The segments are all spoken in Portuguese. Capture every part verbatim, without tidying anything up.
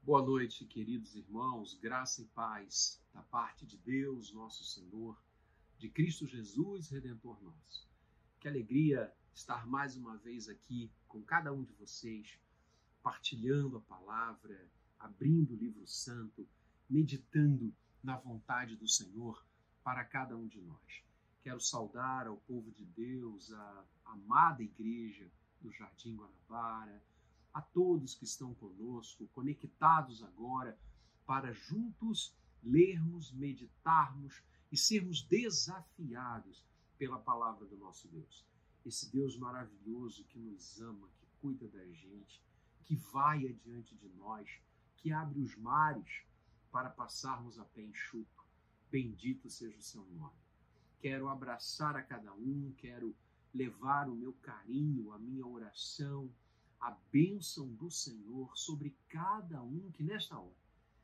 Boa noite, queridos irmãos, graça e paz da parte de Deus, nosso Senhor, de Cristo Jesus, Redentor nosso. Que alegria estar mais uma vez aqui com cada um de vocês, partilhando a palavra, abrindo o livro santo, meditando na vontade do Senhor para cada um de nós. Quero saudar ao povo de Deus, a amada igreja do Jardim Guanabara, a todos que estão conosco, conectados agora, para juntos lermos, meditarmos e sermos desafiados pela palavra do nosso Deus. Esse Deus maravilhoso que nos ama, que cuida da gente, que vai adiante de nós, que abre os mares para passarmos a pé enxuto. Bendito seja o seu nome. Quero abraçar a cada um, quero levar o meu carinho, a minha oração, a bênção do Senhor sobre cada um que nesta hora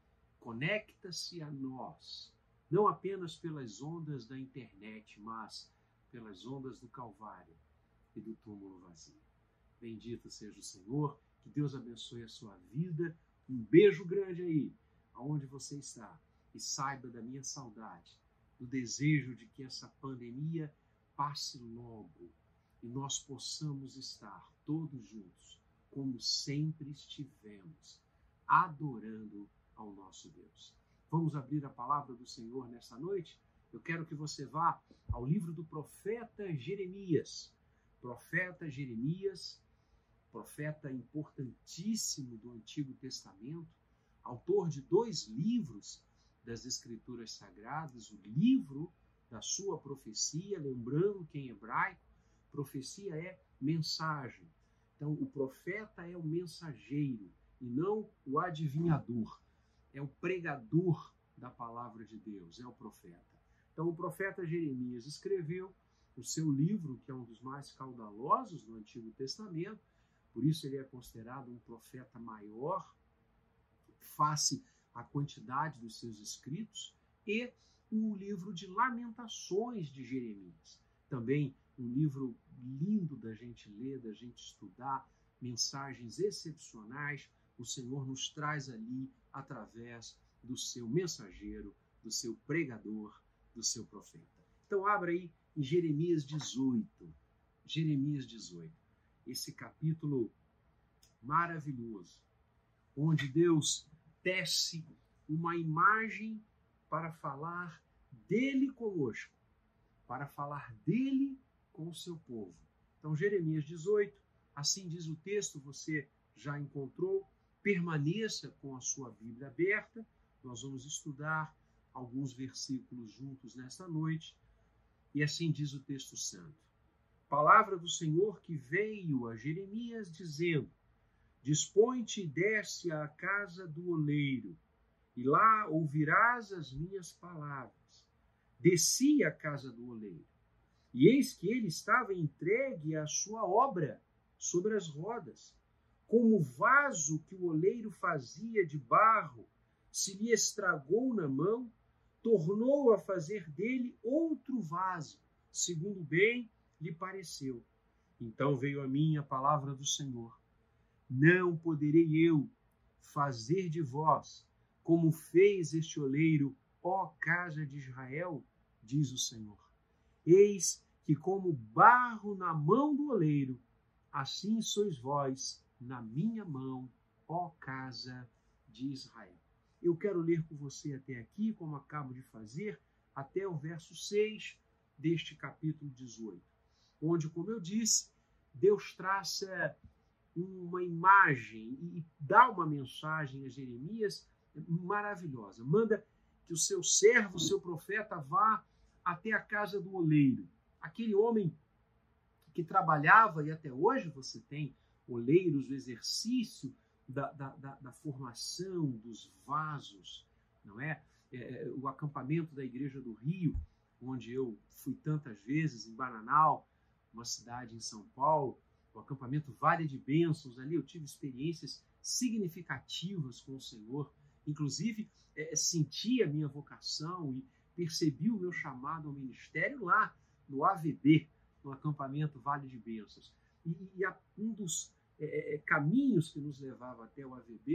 conecta-se a nós, não apenas pelas ondas da internet, mas pelas ondas do Calvário e do túmulo vazio. Bendito seja o Senhor, que Deus abençoe a sua vida. Um beijo grande aí, aonde você está, e saiba da minha saudade, do desejo de que essa pandemia passe logo e nós possamos estar todos juntos, como sempre estivemos, adorando ao nosso Deus. Vamos abrir a palavra do Senhor nesta noite? Eu quero que você vá ao livro do profeta Jeremias. Profeta Jeremias, profeta importantíssimo do Antigo Testamento, autor de dois livros das Escrituras Sagradas, o livro da sua profecia, lembrando que em hebraico, profecia é mensagem. Então, o profeta é o mensageiro e não o adivinhador. É o pregador da palavra de Deus, é o profeta. Então, o profeta Jeremias escreveu o seu livro, que é um dos mais caudalosos do Antigo Testamento, por isso ele é considerado um profeta maior, face à quantidade dos seus escritos, e o livro de Lamentações de Jeremias. Também um livro lindo da gente ler, da gente estudar, mensagens excepcionais, o Senhor nos traz ali através do seu mensageiro, do seu pregador, do seu profeta. Então abra aí em Jeremias dezoito, Jeremias dezoito, esse capítulo maravilhoso, onde Deus tece uma imagem para falar dele conosco, para falar dele com o seu povo. Então, Jeremias dezoito, assim diz o texto, você já encontrou, permaneça com a sua Bíblia aberta, nós vamos estudar alguns versículos juntos nesta noite, e assim diz o texto santo. Palavra do Senhor que veio a Jeremias dizendo: Dispõe-te e desce à casa do oleiro, e lá ouvirás as minhas palavras. Desci à casa do oleiro, e eis que ele estava entregue à sua obra sobre as rodas. Como o vaso que o oleiro fazia de barro se lhe estragou na mão, tornou a fazer dele outro vaso, segundo bem lhe pareceu. Então veio a mim a palavra do Senhor: Não poderei eu fazer de vós como fez este oleiro, ó casa de Israel, diz o Senhor. Eis que como barro na mão do oleiro, assim sois vós na minha mão, ó casa de Israel. Eu quero ler com você até aqui, como acabo de fazer, até o verso seis deste capítulo dezoito, onde, como eu disse, Deus traça uma imagem e dá uma mensagem a Jeremias maravilhosa. Manda que o seu servo, o seu profeta, vá até a casa do oleiro. Aquele homem que trabalhava, e até hoje você tem oleiros, o exercício da, da, da, da formação dos vasos, não é? É? O acampamento da Igreja do Rio, onde eu fui tantas vezes, em Bananal, uma cidade em São Paulo, o acampamento Vale de Bênçãos, ali eu tive experiências significativas com o Senhor, inclusive é, senti a minha vocação e percebi o meu chamado ao ministério lá no A V B, no acampamento Vale de Bênçãos. E, e a, um dos é, caminhos que nos levava até o A V B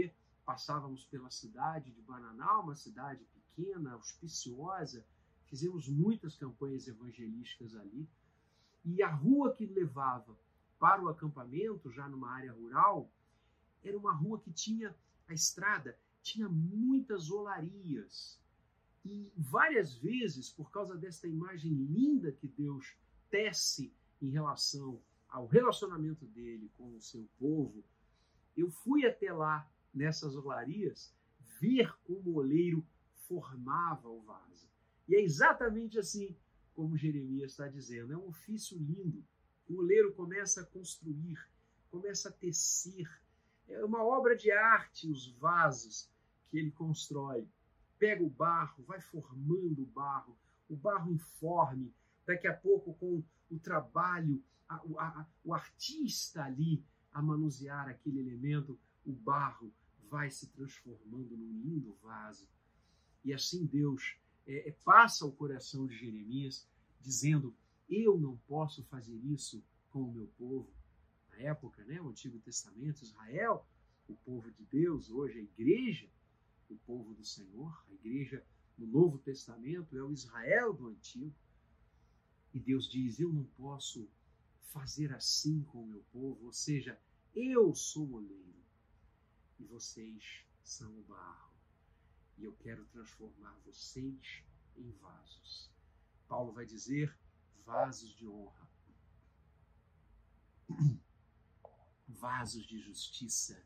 passávamos pela cidade de Bananal, uma cidade pequena, auspiciosa, fizemos muitas campanhas evangelísticas ali, e a rua que levava para o acampamento, já numa área rural, era uma rua que tinha, a estrada tinha muitas olarias. E várias vezes, por causa desta imagem linda que Deus tece em relação ao relacionamento dele com o seu povo, eu fui até lá, nessas olarias, ver como o oleiro formava o vaso. E é exatamente assim como Jeremias está dizendo. É um ofício lindo. O oleiro começa a construir, começa a tecer. É uma obra de arte os vasos que ele constrói. Pega o barro, vai formando o barro, o barro informe. Daqui a pouco, com o trabalho, a, a, o artista ali a manusear aquele elemento, o barro vai se transformando num lindo vaso. E assim Deus é, é, passa ao coração de Jeremias, dizendo: eu não posso fazer isso com o meu povo. Na época, né, o Antigo Testamento, Israel, o povo de Deus, hoje a igreja, o povo do Senhor, a igreja no Novo Testamento é o Israel do Antigo. E Deus diz: eu não posso fazer assim com o meu povo, ou seja, eu sou o oleiro e vocês são o barro. E eu quero transformar vocês em vasos. Paulo vai dizer: vasos de honra, vasos de justiça,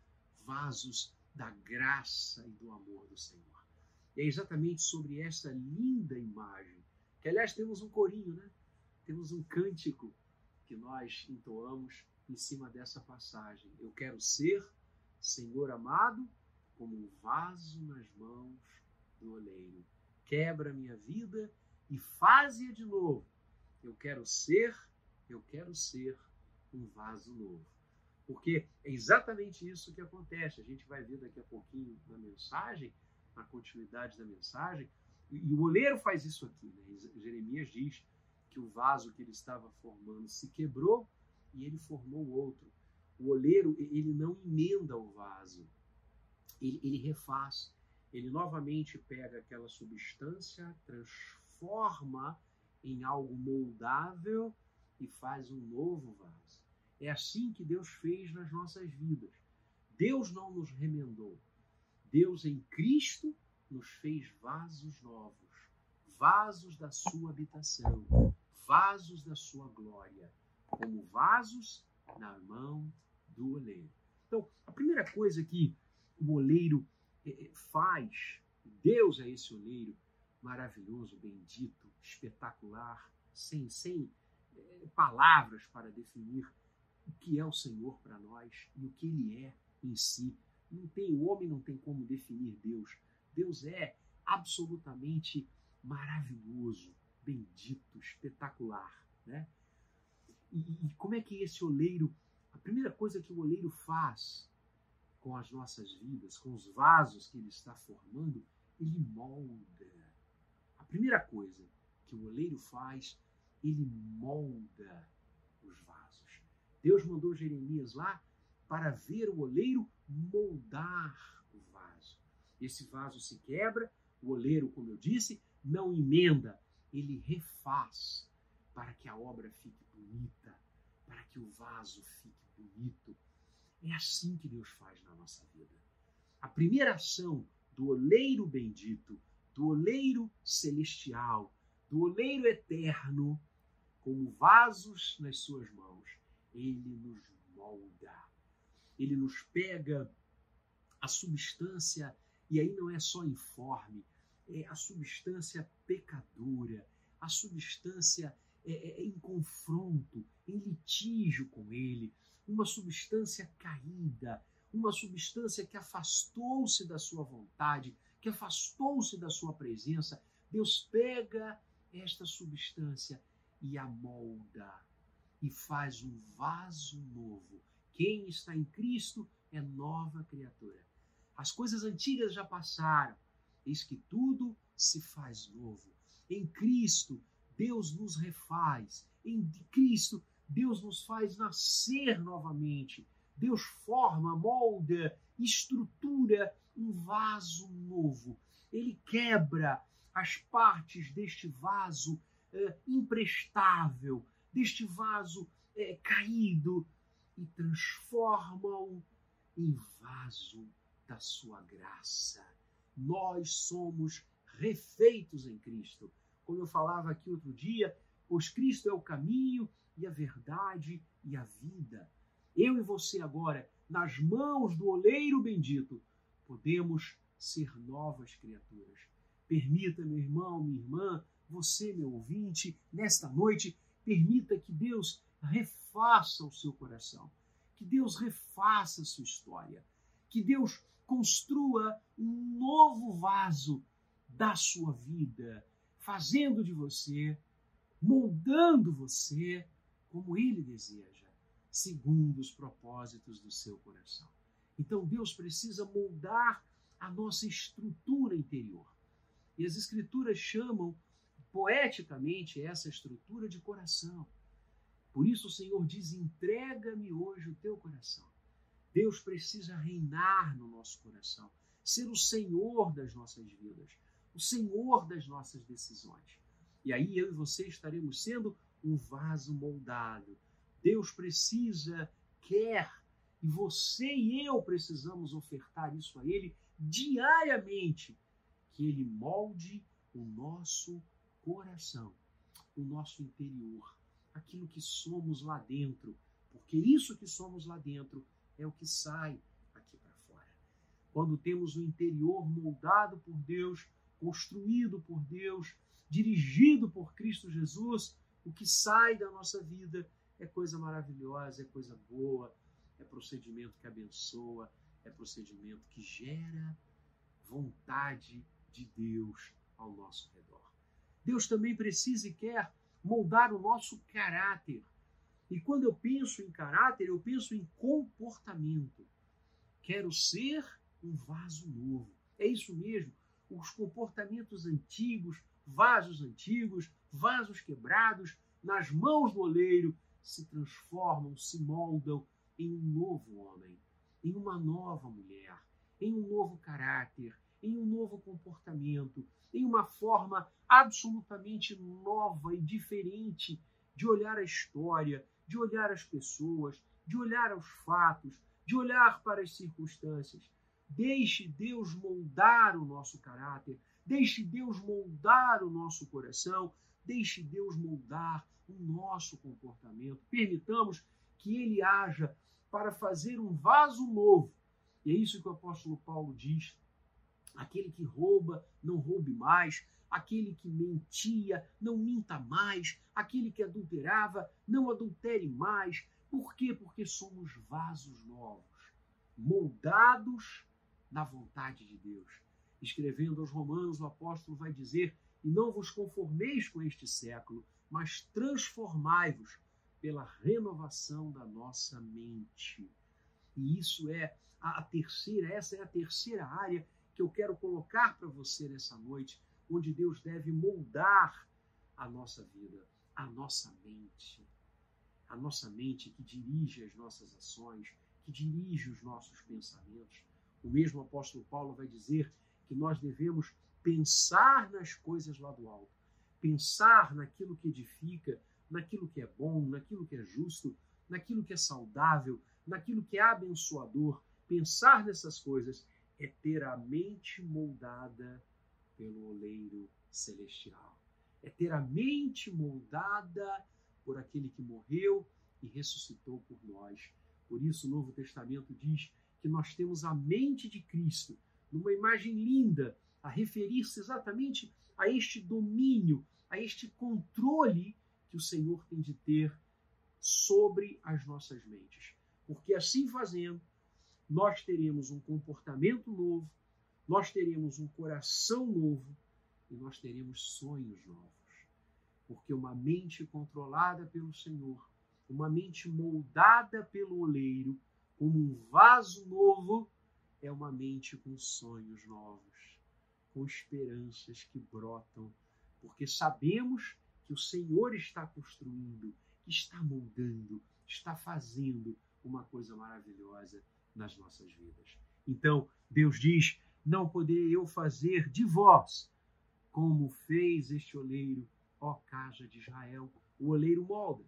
vasos da graça e do amor do Senhor. E é exatamente sobre esta linda imagem, que aliás temos um corinho, né? Temos um cântico que nós entoamos em cima dessa passagem. Eu quero ser, Senhor amado, como um vaso nas mãos do oleiro. Quebra minha vida e faz-a de novo. Eu quero ser, eu quero ser um vaso novo. Porque é exatamente isso que acontece. A gente vai ver daqui a pouquinho na mensagem, na continuidade da mensagem, e o oleiro faz isso aqui, né? Jeremias diz que o vaso que ele estava formando se quebrou e ele formou outro. O oleiro, ele não emenda o vaso, ele, ele refaz. Ele novamente pega aquela substância, transforma em algo moldável e faz um novo vaso. É assim que Deus fez nas nossas vidas. Deus não nos remendou. Deus em Cristo nos fez vasos novos, vasos da sua habitação, vasos da sua glória, como vasos na mão do oleiro. Então, a primeira coisa que o oleiro faz, Deus é esse oleiro maravilhoso, bendito, espetacular, sem, sem é, palavras para definir o que é o Senhor para nós e o que Ele é em si. Não tem, o homem não tem como definir Deus. Deus é absolutamente maravilhoso, bendito, espetacular, né? E, e como é que esse oleiro, a primeira coisa que o oleiro faz com as nossas vidas, com os vasos que ele está formando, ele molda. A primeira coisa que o oleiro faz, ele molda os vasos. Deus mandou Jeremias lá para ver o oleiro moldar o vaso. Esse vaso se quebra, o oleiro, como eu disse, não emenda, ele refaz para que a obra fique bonita, para que o vaso fique bonito. É assim que Deus faz na nossa vida. A primeira ação do oleiro bendito, do oleiro celestial, do oleiro eterno, como vasos nas suas mãos, ele nos molda. Ele nos pega a substância, e aí não é só informe, é a substância pecadora, a substância é, é, em confronto, em litígio com ele, uma substância caída, uma substância que afastou-se da sua vontade, que afastou-se da sua presença. Deus pega esta substância e a molda e faz um vaso novo. Quem está em Cristo é nova criatura. As coisas antigas já passaram, eis que tudo se faz novo. Em Cristo, Deus nos refaz. Em Cristo, Deus nos faz nascer novamente. Deus forma, molda estrutura um vaso novo. Ele quebra as partes deste vaso é, imprestável, deste vaso é, caído, e transforma-o em vaso da sua graça. Nós somos refeitos em Cristo. Como eu falava aqui outro dia, pois Cristo é o caminho e a verdade e a vida. Eu e você agora, nas mãos do oleiro bendito, podemos ser novas criaturas. Permita, meu irmão, minha irmã, você, meu ouvinte, nesta noite, permita que Deus refaça o seu coração, que Deus refaça a sua história, que Deus construa um novo vaso da sua vida, fazendo de você, moldando você como Ele deseja, segundo os propósitos do seu coração. Então Deus precisa moldar a nossa estrutura interior. E as Escrituras chamam poeticamente essa estrutura de coração. Por isso o Senhor diz: entrega-me hoje o teu coração. Deus precisa reinar no nosso coração, ser o Senhor das nossas vidas, o Senhor das nossas decisões. E aí eu e você estaremos sendo um vaso moldado. Deus precisa, quer, e você e eu precisamos ofertar isso a Ele diariamente, que Ele molde o nosso coração, o nosso interior, aquilo que somos lá dentro, porque isso que somos lá dentro é o que sai aqui para fora. Quando temos o interior moldado por Deus, construído por Deus, dirigido por Cristo Jesus, o que sai da nossa vida é coisa maravilhosa, é coisa boa, é procedimento que abençoa, é procedimento que gera vontade de Deus ao nosso redor. Deus também precisa e quer moldar o nosso caráter. E quando eu penso em caráter, eu penso em comportamento. Quero ser um vaso novo. É isso mesmo. Os comportamentos antigos, vasos antigos, vasos quebrados, nas mãos do oleiro, se transformam, se moldam em um novo homem, em uma nova mulher, em um novo caráter, em um novo comportamento, em uma forma absolutamente nova e diferente de olhar a história, de olhar as pessoas, de olhar aos fatos, de olhar para as circunstâncias. Deixe Deus moldar o nosso caráter, deixe Deus moldar o nosso coração, deixe Deus moldar o nosso comportamento. Permitamos que Ele haja para fazer um vaso novo. E é isso que o apóstolo Paulo diz: aquele que rouba, não roube mais, aquele que mentia, não minta mais, aquele que adulterava, não adultere mais. Por quê? Porque somos vasos novos, moldados na vontade de Deus. Escrevendo aos Romanos, o apóstolo vai dizer: e não vos conformeis com este século, mas transformai-vos pela renovação da nossa mente. E isso é a terceira, essa é a terceira área que eu quero colocar para você nessa noite, onde Deus deve moldar a nossa vida, a nossa mente. A nossa mente que dirige as nossas ações, que dirige os nossos pensamentos. O mesmo apóstolo Paulo vai dizer que nós devemos pensar nas coisas lá do alto, pensar naquilo que edifica, naquilo que é bom, naquilo que é justo, naquilo que é saudável, naquilo que é abençoador. Pensar nessas coisas é ter a mente moldada pelo oleiro celestial. É ter a mente moldada por aquele que morreu e ressuscitou por nós. Por isso o Novo Testamento diz que nós temos a mente de Cristo, numa imagem linda, a referir-se exatamente a este domínio, a este controle que o Senhor tem de ter sobre as nossas mentes. Porque assim fazendo, nós teremos um comportamento novo, nós teremos um coração novo e nós teremos sonhos novos. Porque uma mente controlada pelo Senhor, uma mente moldada pelo oleiro, como um vaso novo, é uma mente com sonhos novos, com esperanças que brotam, porque sabemos que o Senhor está construindo, que está moldando, está fazendo uma coisa maravilhosa nas nossas vidas. Então, Deus diz, não poderei eu fazer de vós como fez este oleiro, ó casa de Israel. O oleiro molda.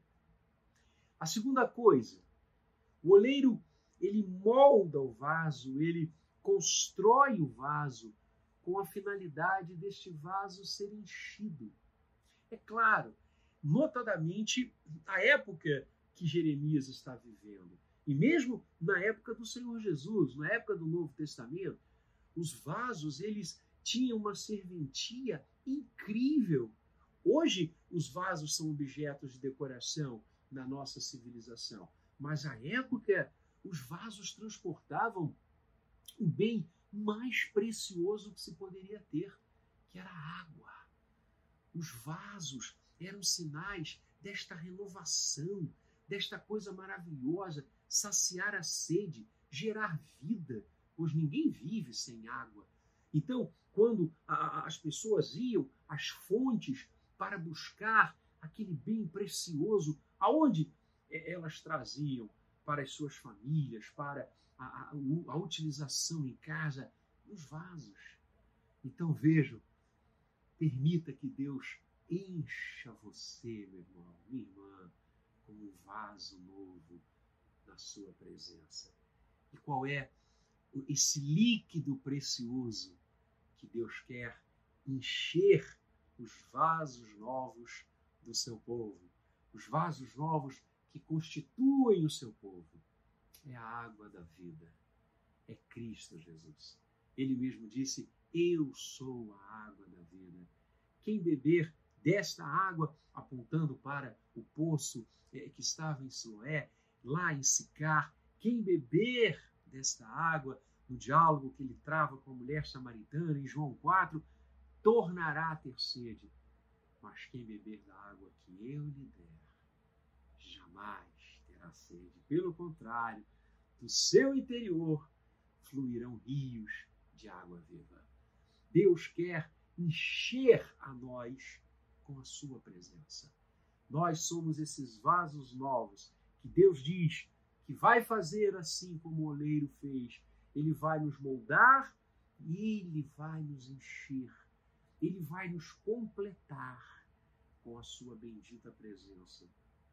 A segunda coisa, o oleiro, ele molda o vaso, ele constrói o vaso com a finalidade deste vaso ser enchido. É claro, notadamente, a época que Jeremias está vivendo, e mesmo na época do Senhor Jesus, na época do Novo Testamento, os vasos, eles tinham uma serventia incrível. Hoje, os vasos são objetos de decoração na nossa civilização, mas à época, os vasos transportavam o bem mais precioso que se poderia ter, que era a água. Os vasos eram sinais desta renovação, desta coisa maravilhosa, saciar a sede, gerar vida, pois ninguém vive sem água. Então, quando a, as pessoas iam às fontes para buscar aquele bem precioso, aonde elas traziam para as suas famílias, para a, a, a utilização em casa, nos vasos. Então, vejam, permita que Deus encha você, meu irmão, minha irmã, como um vaso novo na sua presença. E qual é esse líquido precioso que Deus quer encher os vasos novos do seu povo, os vasos novos que constituem o seu povo? É a água da vida, é Cristo Jesus. Ele mesmo disse, eu sou a água da vida. Quem beber desta água, apontando para o poço é, que estava em Siloé, lá em Sicar, quem beber desta água, no diálogo que ele trava com a mulher samaritana em João quatro, tornará a ter sede. Mas quem beber da água que eu lhe der, jamais terá sede. Pelo contrário, do seu interior fluirão rios de água viva. Deus quer encher a nós com a sua presença. Nós somos esses vasos novos que Deus diz que vai fazer assim como o oleiro fez. Ele vai nos moldar e Ele vai nos encher. Ele vai nos completar com a sua bendita presença.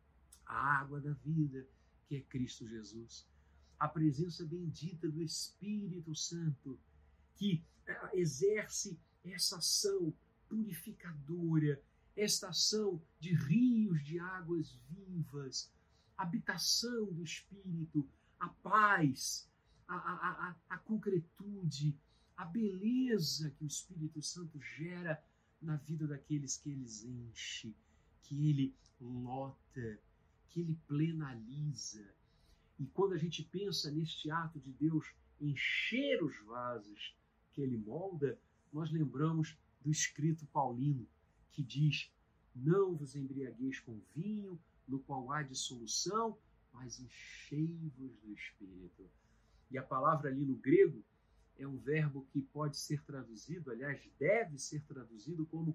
A água da vida, que é Cristo Jesus. A presença bendita do Espírito Santo, que exerce essa ação purificadora, esta ação de rios de águas vivas, habitação do Espírito, a paz, a, a, a, a concretude, a beleza que o Espírito Santo gera na vida daqueles que ele enche, que ele lota, que ele plenaliza. E quando a gente pensa neste ato de Deus encher os vasos que ele molda, nós lembramos do escrito paulino, que diz, não vos embriagueis com vinho, no qual há dissolução, mas enchei-vos do Espírito. E a palavra ali no grego é um verbo que pode ser traduzido, aliás, deve ser traduzido como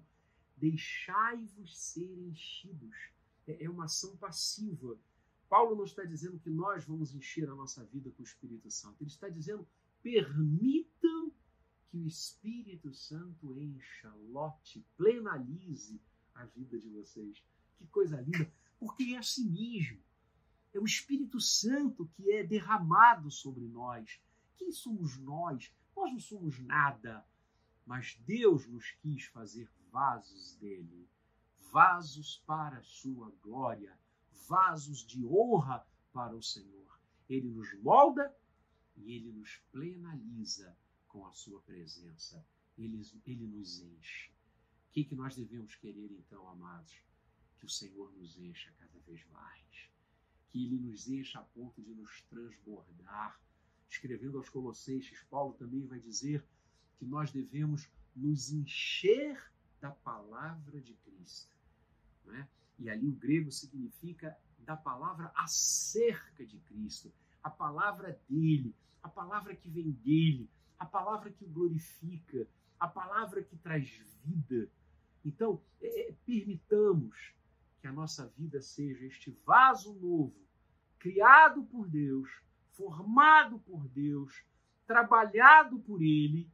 deixai-vos ser enchidos. É uma ação passiva. Paulo não está dizendo que nós vamos encher a nossa vida com o Espírito Santo. Ele está dizendo, permitam que o Espírito Santo encha, lote, plenalize a vida de vocês. Que coisa linda, porque é assim mesmo. É o Espírito Santo que é derramado sobre nós. Quem somos nós? Nós não somos nada, mas Deus nos quis fazer vasos dele, vasos para a sua glória, vasos de honra para o Senhor. Ele nos molda e ele nos plenaliza com a sua presença. Ele, ele nos enche. O que, que nós devemos querer então, amados? Que o Senhor nos encha cada vez mais. Que ele nos encha a ponto de nos transbordar. Escrevendo aos Colossenses, Paulo também vai dizer que nós devemos nos encher da palavra de Cristo. Não é? E ali o grego significa da palavra acerca de Cristo, a palavra dele, a palavra que vem dele, a palavra que o glorifica, a palavra que traz vida. Então, é, permitamos que a nossa vida seja este vaso novo, criado por Deus, formado por Deus, trabalhado por Ele,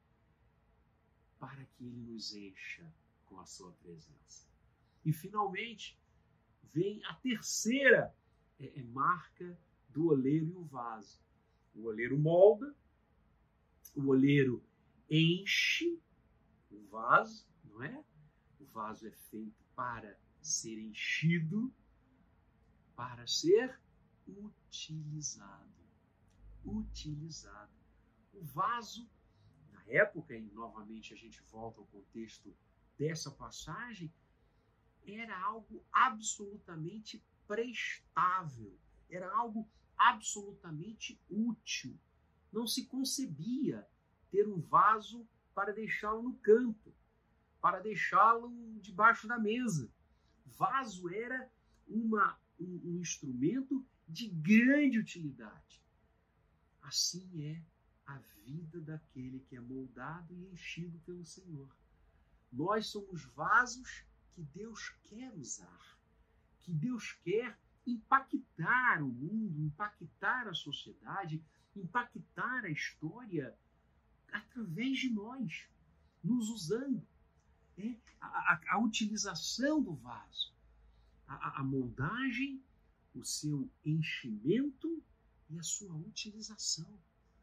para que Ele nos encha com a sua presença. E, finalmente, vem a terceira é, é, marca do oleiro e o vaso. O oleiro molda, o oleiro enche o vaso, não é? O vaso é feito para ser enchido, para ser utilizado. Utilizado. O vaso, na época, e novamente a gente volta ao contexto dessa passagem, era algo absolutamente prestável, era algo absolutamente útil. Não se concebia ter um vaso para deixá-lo no canto, para deixá-lo debaixo da mesa. Vaso era uma, um, um instrumento de grande utilidade. Assim é a vida daquele que é moldado e enchido pelo Senhor. Nós somos vasos que Deus quer usar, que Deus quer impactar o mundo, impactar a sociedade, impactar a história através de nós, nos usando. É, a, a, a utilização do vaso, a, a moldagem, o seu enchimento e a sua utilização.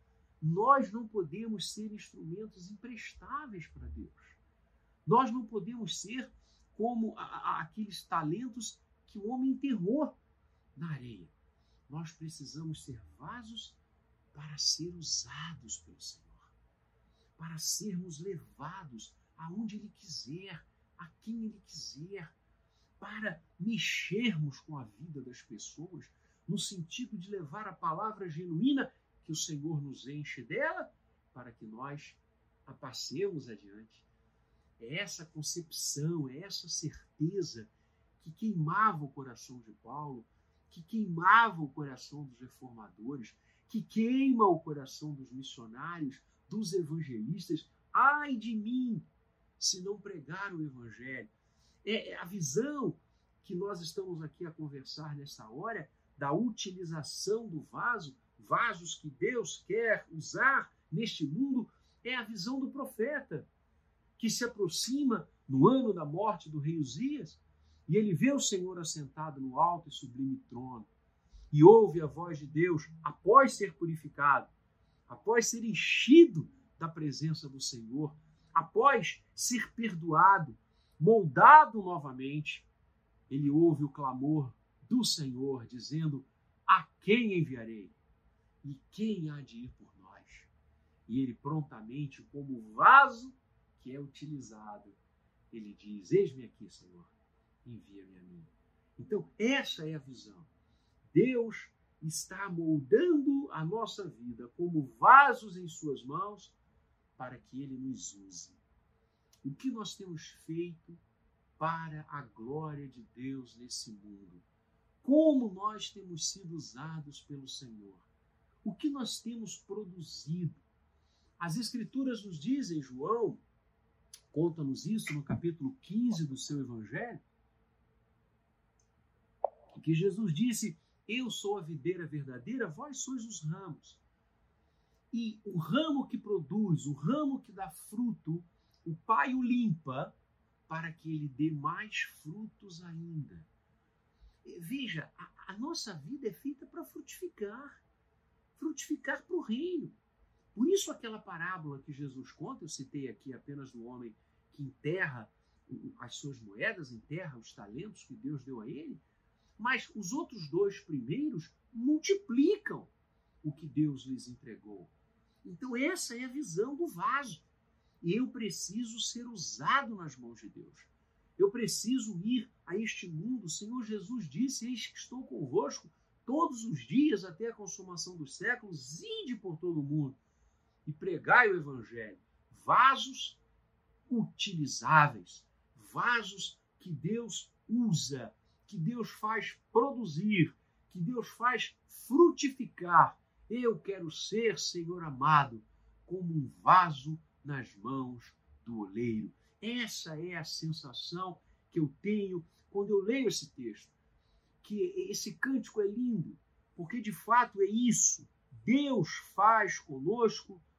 Nós não podemos ser instrumentos imprestáveis para Deus. Nós não podemos ser como a, a, aqueles talentos que o homem enterrou na areia. Nós precisamos ser vasos para ser usados pelo Senhor, para sermos levados aonde Ele quiser, a quem Ele quiser, para mexermos com a vida das pessoas, no sentido de levar a palavra genuína que o Senhor nos enche dela, para que nós a passemos adiante. É essa concepção, é essa certeza que queimava o coração de Paulo, que queimava o coração dos reformadores, que queima o coração dos missionários, dos evangelistas. Ai de mim, se não pregar o evangelho. É a visão que nós estamos aqui a conversar nessa hora, da utilização do vaso, vasos que Deus quer usar neste mundo, é a visão do profeta, que se aproxima no ano da morte do rei Uzias, e ele vê o Senhor assentado no alto e sublime trono, e ouve a voz de Deus após ser purificado, após ser enchido da presença do Senhor, após ser perdoado, moldado novamente, ele ouve o clamor do Senhor, dizendo: a quem enviarei? E quem há de ir por nós? E ele prontamente, como vaso que é utilizado, ele diz: eis-me aqui, Senhor, envia-me a mim. Então, essa é a visão. Deus está moldando a nossa vida como vasos em suas mãos para que Ele nos use. O que nós temos feito para a glória de Deus nesse mundo? Como nós temos sido usados pelo Senhor? O que nós temos produzido? As Escrituras nos dizem, João conta-nos isso no capítulo quinze do seu Evangelho, que Jesus disse: eu sou a videira verdadeira, vós sois os ramos. E o ramo que produz, o ramo que dá fruto, o Pai o limpa para que ele dê mais frutos ainda. Veja, a, a nossa vida é feita para frutificar, frutificar para o reino. Por isso aquela parábola que Jesus conta, eu citei aqui apenas do homem que enterra as suas moedas, enterra os talentos que Deus deu a ele, mas os outros dois primeiros multiplicam o que Deus lhes entregou. Então essa é a visão do vaso. Eu preciso ser usado nas mãos de Deus. Eu preciso ir a este mundo. O Senhor Jesus disse: eis que estou convosco todos os dias até a consumação dos séculos. Ide por todo o mundo e pregai o evangelho. Vasos utilizáveis, vasos que Deus usa, que Deus faz produzir, que Deus faz frutificar. Eu quero ser, Senhor amado, como um vaso nas mãos do oleiro. Essa é a sensação que eu tenho quando eu leio esse texto. Que esse cântico é lindo, porque de fato é isso. Deus faz conosco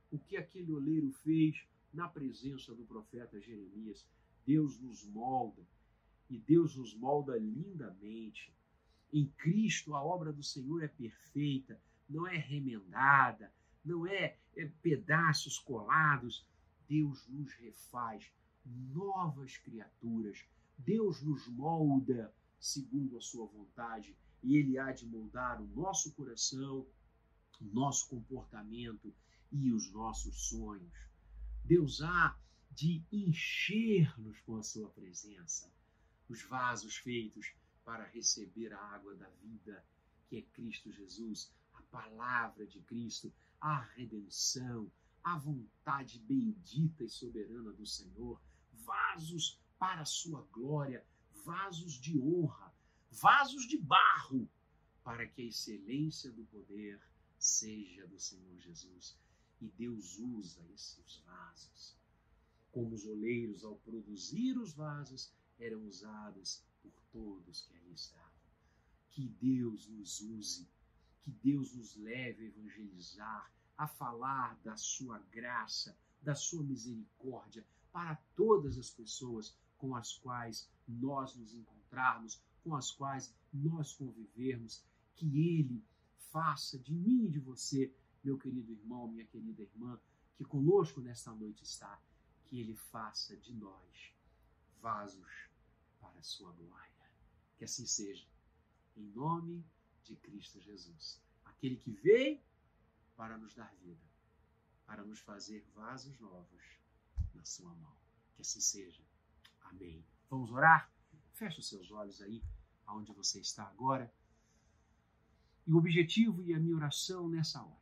o que aquele oleiro fez na presença do profeta Jeremias. Deus nos molda, e Deus nos molda lindamente. Em Cristo, a obra do Senhor é perfeita, não é remendada, não é, é pedaços colados. Deus nos refaz novas criaturas. Deus nos molda segundo a sua vontade, e Ele há de moldar o nosso coração, o nosso comportamento e os nossos sonhos. Deus há de encher-nos com a sua presença, os vasos feitos para receber a água da vida, que é Cristo Jesus, a palavra de Cristo, a redenção, a vontade bendita e soberana do Senhor, vasos para a sua glória, vasos de honra, vasos de barro, para que a excelência do poder seja do Senhor Jesus. E Deus usa esses vasos, como os oleiros, ao produzir os vasos, eram usados por todos que ali estavam. Que Deus nos use, que Deus nos leve a evangelizar, a falar da sua graça, da sua misericórdia para todas as pessoas com as quais nós nos encontrarmos, com as quais nós convivermos. Que Ele faça de mim e de você, meu querido irmão, minha querida irmã, que conosco nesta noite está, que Ele faça de nós vasos para a sua glória. Que assim seja, em nome de Cristo Jesus, aquele que veio para nos dar vida, para nos fazer vasos novos na sua mão. Que assim seja. Amém. Vamos orar? Feche os seus olhos aí, aonde você está agora. E o objetivo e a minha oração nessa hora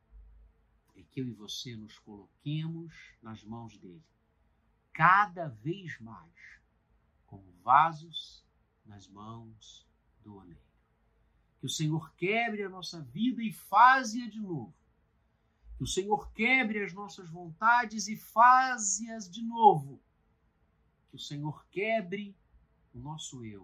é que eu e você nos coloquemos nas mãos dele, cada vez mais, como vasos nas mãos do oleiro. Que o Senhor quebre a nossa vida e faze-a de novo. Que o Senhor quebre as nossas vontades e faze-as de novo. Que o Senhor quebre o nosso eu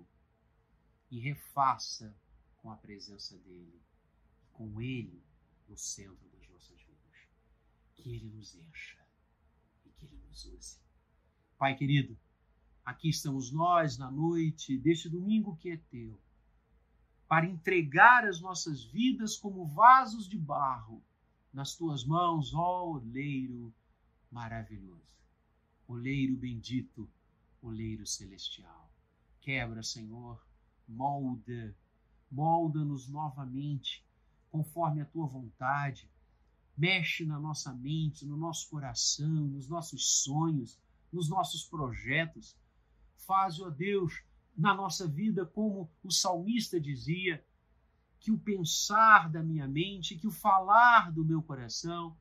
e refaça com a presença dele, com ele no centro das nossas vidas. Que ele nos encha e que ele nos use. Pai querido, aqui estamos nós na noite deste domingo que é teu, para entregar as nossas vidas como vasos de barro nas tuas mãos, ó oleiro maravilhoso, oleiro bendito, oleiro celestial. Quebra, Senhor, molda, molda-nos novamente, conforme a tua vontade. Mexe na nossa mente, no nosso coração, nos nossos sonhos, nos nossos projetos. Faz, ó Deus, na nossa vida, como o salmista dizia, que o pensar da minha mente, que o falar do meu coração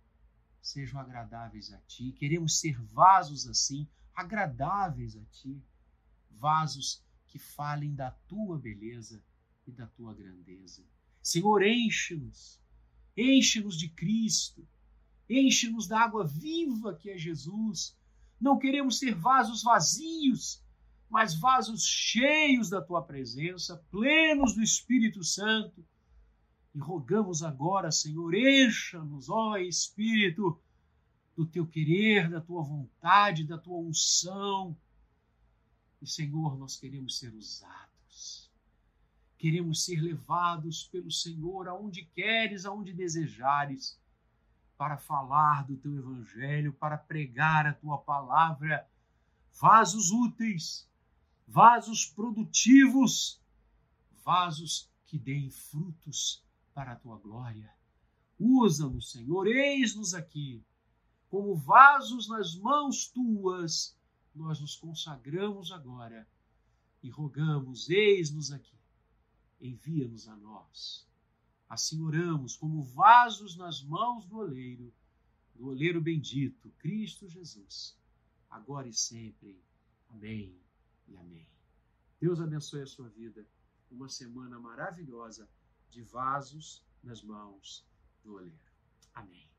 sejam agradáveis a ti. Queremos ser vasos assim, agradáveis a ti, vasos que falem da tua beleza e da tua grandeza. Senhor, enche-nos, enche-nos de Cristo, enche-nos da água viva que é Jesus. Não queremos ser vasos vazios, mas vasos cheios da tua presença, plenos do Espírito Santo. E rogamos agora, Senhor, encha-nos, ó Espírito, do teu querer, da tua vontade, da tua unção. E, Senhor, nós queremos ser usados. Queremos ser levados pelo Senhor aonde queres, aonde desejares, para falar do teu evangelho, para pregar a tua palavra. Vasos úteis, vasos produtivos, vasos que deem frutos para a tua glória. Usa-nos, Senhor, eis-nos aqui, como vasos nas mãos tuas. Nós nos consagramos agora e rogamos, eis-nos aqui, envia-nos a nós. Assim oramos, como vasos nas mãos do oleiro, do oleiro bendito, Cristo Jesus, agora e sempre. Amém e amém. Deus abençoe a sua vida. Uma semana maravilhosa de vasos nas mãos do oleiro. Amém.